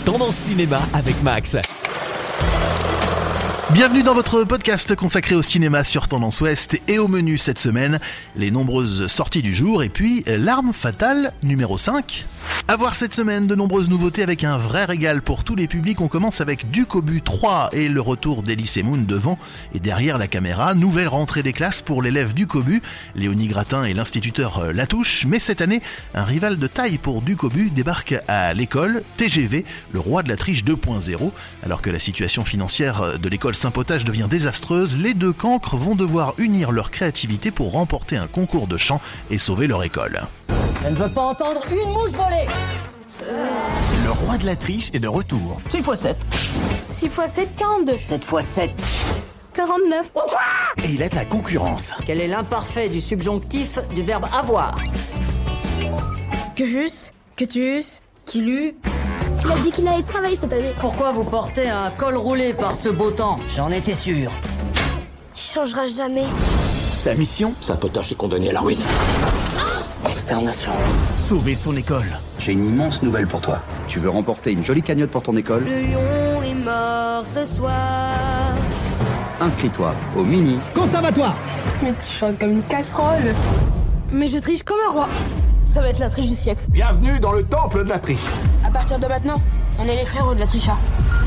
Tendance Cinéma avec Max. Bienvenue dans votre podcast consacré au cinéma sur Tendance Ouest et au menu cette semaine, les nombreuses sorties du jour et puis L'arme fatale numéro 5. À voir cette semaine de nombreuses nouveautés avec un vrai régal pour tous les publics. On commence avec Du Cobu 3 et le retour d'Elysée Moon devant et derrière la caméra. Nouvelle rentrée des classes pour l'élève Du Cobu, Léonie Gratin et l'instituteur Latouche. Mais cette année, un rival de taille pour Du Cobu débarque à l'école, TGV, le roi de la triche 2.0. Alors que la situation financière de l'école Saint-Potage devient désastreuse, les deux cancres vont devoir unir leur créativité pour remporter un concours de chant et sauver leur école. Je ne veux pas entendre une mouche voler. Le roi de la triche est de retour. 6 x 7. 6 x 7, 42. 7 x 7. 49. Et il aide la concurrence. Quel est l'imparfait du subjonctif du verbe avoir? Que j'eusse, que tu eusses, qu'il eut. Il a dit qu'il allait travailler cette année. Pourquoi vous portez un col roulé par ce beau temps? J'en étais sûr. Il changera jamais. Sa mission, Saint-Potage est condamné à la ruine. Consternation. sauver son école. J'ai une immense nouvelle pour toi. Tu veux remporter une jolie cagnotte pour ton école? Le lion est mort ce soir. Inscris-toi au mini Conservatoire. Mais tu chantes comme une casserole. Mais je triche comme un roi. Ça va être la triche du siècle. Bienvenue dans le temple de la triche. À partir de maintenant, on est les frérots de la tricha.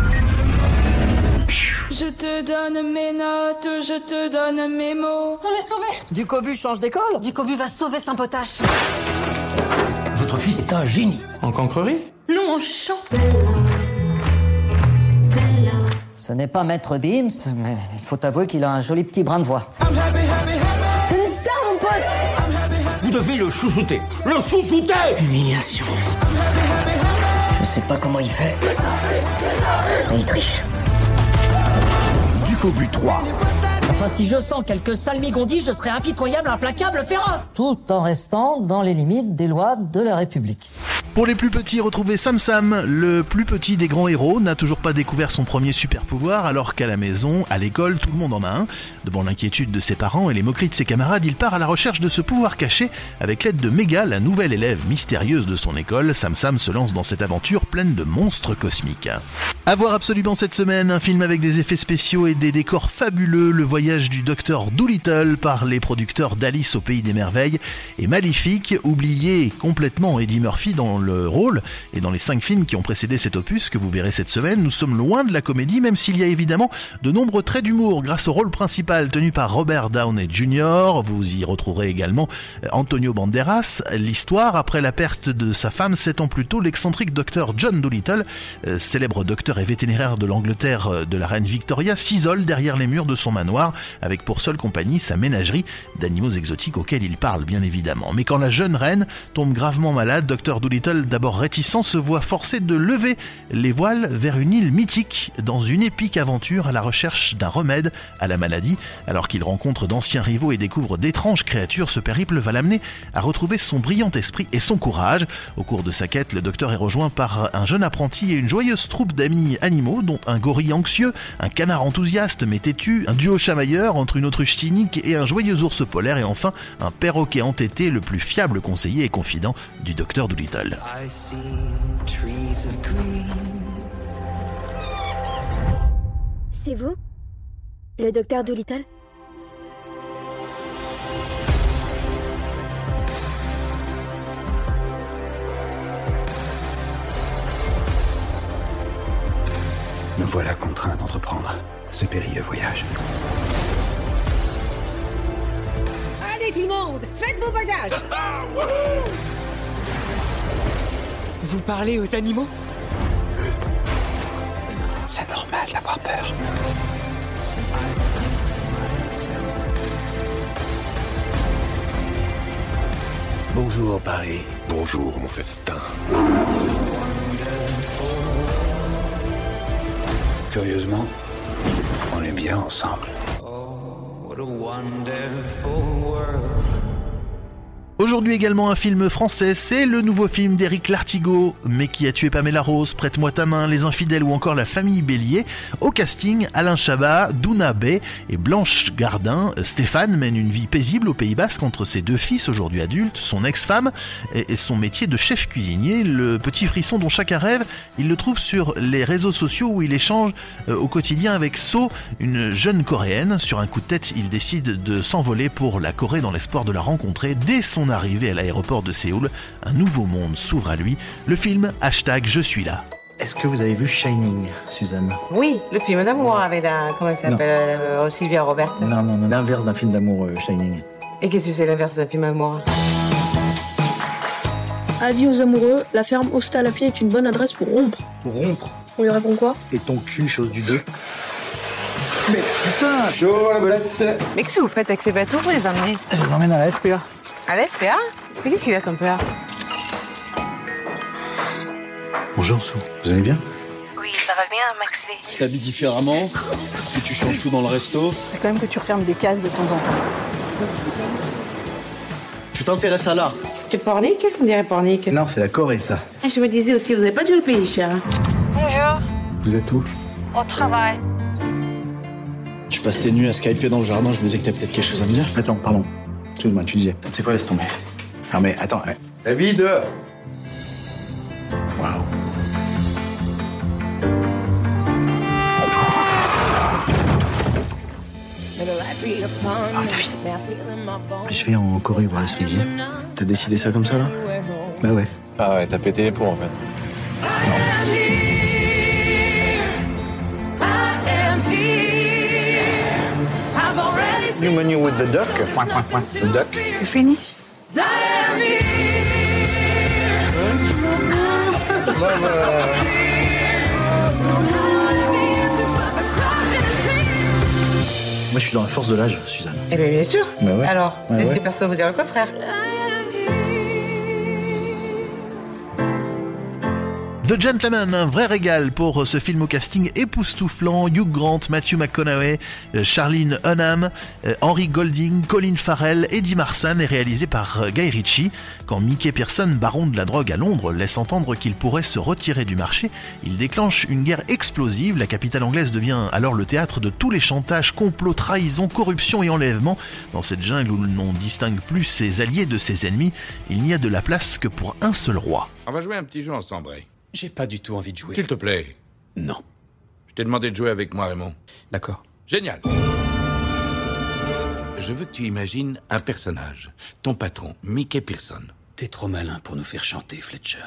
Je te donne mes notes, je te donne mes mots. On est sauvés. Du Cobu change d'école? Du Cobu va sauver Saint-Potage. Votre fils est un génie. En cancrerie? Non, en chant. Ce n'est pas Maître Beams, mais il faut avouer qu'il a un joli petit brin de voix. C'est une star, mon pote. Vous devez le chouchouter. Le chouchouter! Humiliation. Je sais pas comment il fait, mais il triche. Du Cobu 3. Enfin, si je sens quelques salmigondis, je serai impitoyable, implacable, féroce. Tout en restant dans les limites des lois de la République. Pour les plus petits, retrouvez Sam Sam, le plus petit des grands héros, n'a toujours pas découvert son premier super pouvoir, alors qu'à la maison, à l'école, tout le monde en a un. Devant l'inquiétude de ses parents et les moqueries de ses camarades, il part à la recherche de ce pouvoir caché. Avec l'aide de Méga, la nouvelle élève mystérieuse de son école, Sam Sam se lance dans cette aventure pleine de monstres cosmiques. À voir absolument cette semaine, un film avec des effets spéciaux et des décors fabuleux, le voyage du Docteur Dolittle par les producteurs d'Alice au Pays des Merveilles et Maléfique, oublié complètement Eddie Murphy dans le rôle et dans les 5 films qui ont précédé cet opus que vous verrez cette semaine. Nous sommes loin de la comédie, même s'il y a évidemment de nombreux traits d'humour grâce au rôle principal tenu par Robert Downey Jr. Vous y retrouverez également Antonio Banderas. L'histoire, après la perte de sa femme 7 ans plus tôt, l'excentrique docteur John Dolittle, célèbre docteur et vétérinaire de l'Angleterre de la reine Victoria, s'isole derrière les murs de son manoir avec pour seule compagnie sa ménagerie d'animaux exotiques auxquels il parle bien évidemment. Mais quand la jeune reine tombe gravement malade, docteur Dolittle, d'abord réticent, se voit forcé de lever les voiles vers une île mythique dans une épique aventure à la recherche d'un remède à la maladie. Alors qu'il rencontre d'anciens rivaux et découvre d'étranges créatures, ce périple va l'amener à retrouver son brillant esprit et son courage. Au cours de sa quête, le docteur est rejoint par un jeune apprenti et une joyeuse troupe d'amis animaux, dont un gorille anxieux, un canard enthousiaste mais têtu, un duo chamailleur entre une autruche cynique et un joyeux ours polaire, et enfin un perroquet entêté, le plus fiable conseiller et confident du docteur Dolittle. C'est vous? Le docteur Dolittle? Nous voilà contraints d'entreprendre ce périlleux voyage. Allez tout le monde, faites vos bagages. Vous parlez aux animaux? C'est normal d'avoir peur. Bonjour Paris. Bonjour, mon festin. Curieusement, on est bien ensemble. Oh, what a wonderful world. Aujourd'hui également un film français, c'est le nouveau film d'Éric Lartigot, Mais qui a tué Pamela Rose, Prête-moi ta main, Les Infidèles ou encore La famille Bélier. Au casting, Alain Chabat, Douna Bey et Blanche Gardin. Stéphane mène une vie paisible au Pays Basque entre ses 2 fils, aujourd'hui adultes, son ex-femme et son métier de chef cuisinier. Le petit frisson dont chacun rêve, il le trouve sur les réseaux sociaux où il échange au quotidien avec So, une jeune coréenne. Sur un coup de tête, il décide de s'envoler pour la Corée dans l'espoir de la rencontrer. Dès son arrivée à l'aéroport de Séoul, un nouveau monde s'ouvre à lui. Le film #Je suis là. Est-ce que vous avez vu Shining, Suzanne? Oui, le film d'amour avec la... Comment elle s'appelle Sylvia Robert. Non, l'inverse d'un film d'amour, Shining. Et qu'est-ce que c'est l'inverse d'un film d'amour? Avis aux amoureux, la ferme Hostal à pied est une bonne adresse pour rompre. Pour rompre? On lui répond quoi? Et ton cul, chose du 2. Mais putain, chaud la belette. Mais qu'est-ce que vous faites avec ces bateaux pour les emmener? Je les emmène à la SPA. À la SPA? Mais qu'est-ce qu'il a ton père? Bonjour, Sou. Vous allez bien? Oui, ça va bien, Maxley. Tu t'habilles différemment, et tu changes tout dans le resto. Faut quand même que tu refermes des cases de temps en temps. Tu t'intéresses à l'art. C'est pornique? On dirait pornique. Non, c'est la Corée, ça. Et je me disais aussi, vous avez pas dû le payer cher. Bonjour. Vous êtes où? Au travail. Tu passes tes nuits à skyper dans le jardin, je me disais que t'as peut-être quelque chose à me dire. Attends, pardon. Excuse-moi, tu disais. C'est quoi, laisse tomber. Non mais attends, David. Waouh. Ah, David. Je vais en Corée voir les cerisiers. T'as décidé ça comme ça, là? Bah ouais. Ah ouais, t'as pété les plombs en fait. New menu with the duck. The duck. You finish? Moi, je suis dans la force de l'âge, Suzanne. Eh bien sûr. Bah ouais. Alors, Ouais, laissez ouais. personne vous dire le contraire. The Gentleman, un vrai régal pour ce film au casting époustouflant. Hugh Grant, Matthew McConaughey, Charlene Hunnam, Henry Golding, Colin Farrell, Eddie Marsan, est réalisé par Guy Ritchie. Quand Mickey Pearson, baron de la drogue à Londres, laisse entendre qu'il pourrait se retirer du marché, il déclenche une guerre explosive. La capitale anglaise devient alors le théâtre de tous les chantages, complots, trahisons, corruption et enlèvements. Dans cette jungle où l'on distingue plus ses alliés de ses ennemis, il n'y a de la place que pour un seul roi. On va jouer un petit jeu ensemble, Ray. J'ai pas du tout envie de jouer. S'il te plaît. Non. Je t'ai demandé de jouer avec moi, Raymond. D'accord. Génial. Je veux que tu imagines un personnage. Ton patron, Mickey Pearson. T'es trop malin pour nous faire chanter, Fletcher.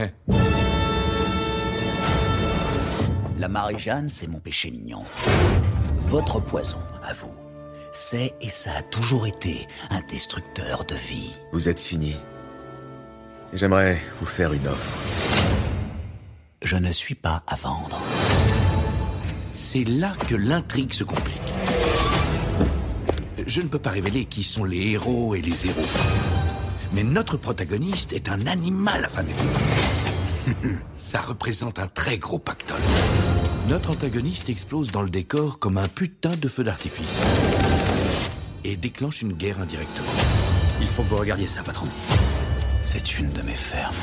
La Marie-Jeanne, c'est mon péché mignon. Votre poison, à vous, c'est et ça a toujours été un destructeur de vie. Vous êtes fini. J'aimerais vous faire une offre. Je ne suis pas à vendre. C'est là que l'intrigue se complique. Je ne peux pas révéler qui sont les héros et les héros. Mais notre protagoniste est un animal affamé. Ça représente un très gros pactole. Notre antagoniste explose dans le décor comme un putain de feu d'artifice. Et déclenche une guerre indirectement. Il faut que vous regardiez ça, patron. C'est une de mes fermes.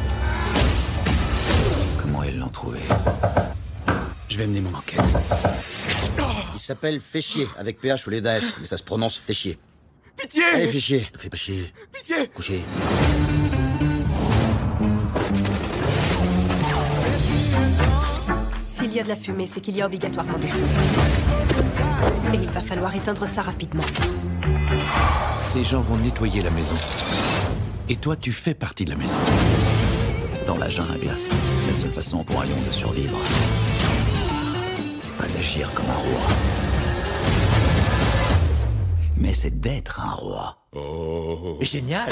Comment ils l'ont trouvé? Je vais mener mon enquête. Il s'appelle Féchier, avec PH au lieu d'AF, mais ça se prononce Féchier. Pitié! Allez, Féchier, ne fais pas chier. Pitié! Couchez. S'il y a de la fumée, c'est qu'il y a obligatoirement du feu. Et il va falloir éteindre ça rapidement. Ces gens vont nettoyer la maison. Et toi, tu fais partie de la maison. Dans la jungle, la seule façon pour un lion de survivre, c'est pas d'agir comme un roi, mais c'est d'être un roi. Oh. Génial!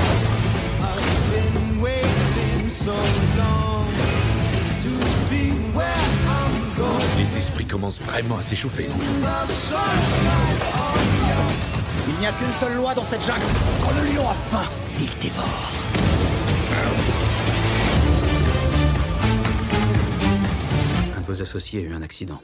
Les esprits commencent vraiment à s'échauffer, non? Il n'y a qu'une seule loi dans cette jungle. Quand le lion a faim, il dévore. Un de vos associés a eu un accident.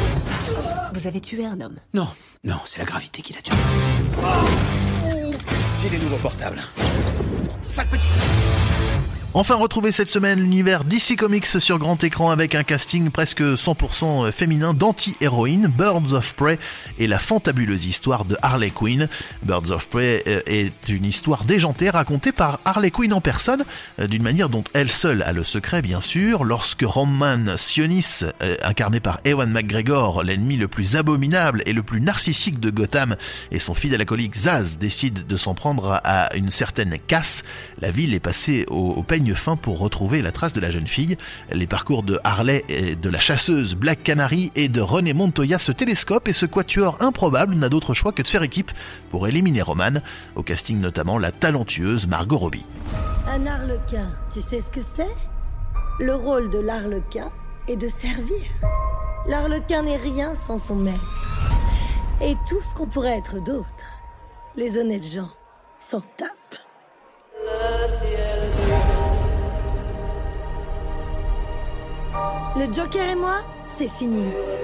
Vous avez tué un homme. Non, c'est la gravité qui l'a tué. J'ai les nouveaux portables. Sale petit. Enfin, retrouvez cette semaine l'univers DC Comics sur grand écran avec un casting presque 100% féminin d'anti-héroïnes, Birds of Prey et la fantabuleuse histoire de Harley Quinn. Birds of Prey est une histoire déjantée racontée par Harley Quinn en personne, d'une manière dont elle seule a le secret bien sûr. Lorsque Roman Sionis, incarné par Ewan McGregor, l'ennemi le plus abominable et le plus narcissique de Gotham, et son fidèle acolyte Zaz décident de s'en prendre à une certaine Cass, la ville est passée au peigne fin pour retrouver la trace de la jeune fille. Les parcours de Harley, de la chasseuse Black Canary et de René Montoya se télescopent et ce quatuor improbable n'a d'autre choix que de faire équipe pour éliminer Roman. Au casting notamment la talentueuse Margot Robbie. Un arlequin, tu sais ce que c'est ? Le rôle de l'arlequin est de servir. L'arlequin n'est rien sans son maître. Et tout ce qu'on pourrait être d'autre. Les honnêtes gens s'en tapent. Le Joker et moi, c'est fini.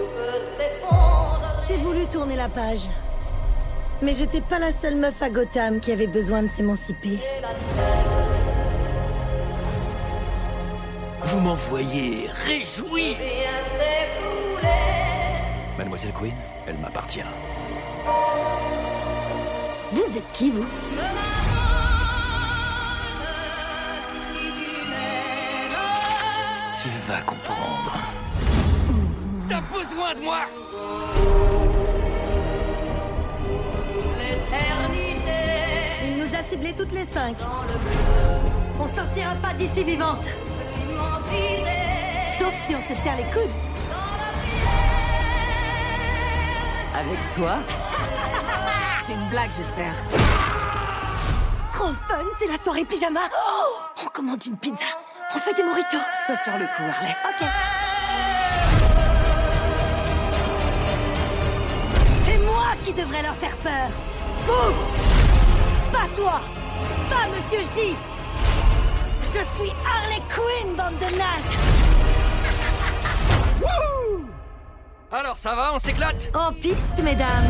J'ai voulu tourner la page. Mais j'étais pas la seule meuf à Gotham qui avait besoin de s'émanciper. Vous m'en voyez réjoui. Mademoiselle Quinn, elle m'appartient. Vous êtes qui, vous ? Tu vas comprendre. T'as besoin de moi. Il nous a ciblés toutes les 5. On sortira pas d'ici vivante. Sauf si on se serre les coudes. Avec toi? C'est une blague, j'espère. Trop fun, c'est la soirée pyjama. Oh, on commande une pizza. On fait des mojitos. Sois sur le coup, Harley. Ok. C'est moi qui devrais leur faire peur. Vous! Pas toi! Pas Monsieur J! Je suis Harley Quinn, bande de nazes! Alors ça va, on s'éclate? En piste, mesdames!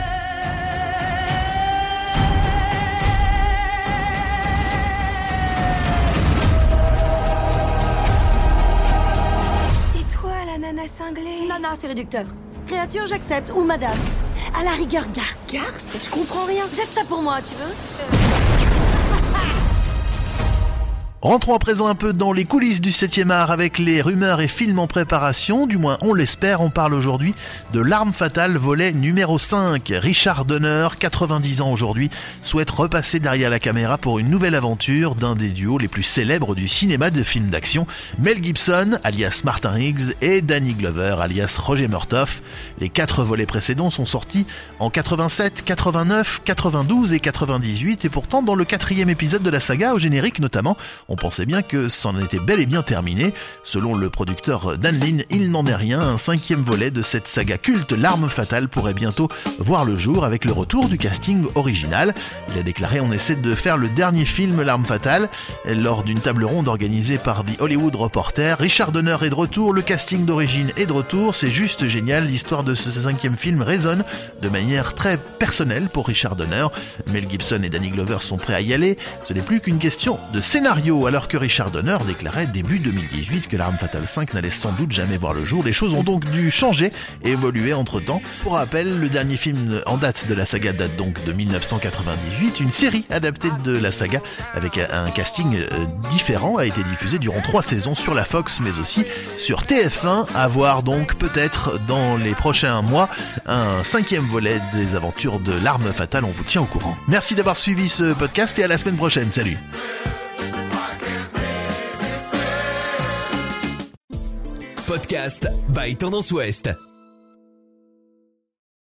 Nana cinglée. Nana, c'est réducteur. Créature, j'accepte. Ou madame. À la rigueur, garce. Garce? Je comprends rien. Jette ça pour moi, tu veux? Rentrons à présent un peu dans les coulisses du 7e art avec les rumeurs et films en préparation, du moins on l'espère. On parle aujourd'hui de L'Arme Fatale, volet numéro 5. Richard Donner, 90 ans aujourd'hui, souhaite repasser derrière la caméra pour une nouvelle aventure d'un des duos les plus célèbres du cinéma de films d'action, Mel Gibson, alias Martin Riggs, et Danny Glover, alias Roger Murtaugh. Les 4 volets précédents sont sortis en 87, 89, 92 et 98, et pourtant dans le 4e épisode de la saga, au générique notamment, on pensait bien que c'en était bel et bien terminé. Selon le producteur Dan Lin, il n'en est rien. Un 5e volet de cette saga culte, L'Arme Fatale, pourrait bientôt voir le jour avec le retour du casting original. Il a déclaré: on essaie de faire le dernier film L'Arme Fatale. Lors d'une table ronde organisée par The Hollywood Reporter, Richard Donner est de retour, le casting d'origine est de retour. C'est juste génial, l'histoire de ce 5e film résonne de manière très personnelle pour Richard Donner. Mel Gibson et Danny Glover sont prêts à y aller. Ce n'est plus qu'une question de scénario, alors que Richard Donner déclarait début 2018 que L'Arme Fatale 5 n'allait sans doute jamais voir le jour. Les choses ont donc dû changer et évoluer entre temps. Pour rappel, le dernier film en date de la saga date donc de 1998. Une série adaptée de la saga avec un casting différent a été diffusée durant 3 saisons sur la Fox mais aussi sur TF1. À voir donc peut-être dans les prochains mois un 5e volet des aventures de L'Arme Fatale. On vous tient au courant. Merci d'avoir suivi ce podcast et à la semaine prochaine. Salut. Podcast by Tendance Ouest.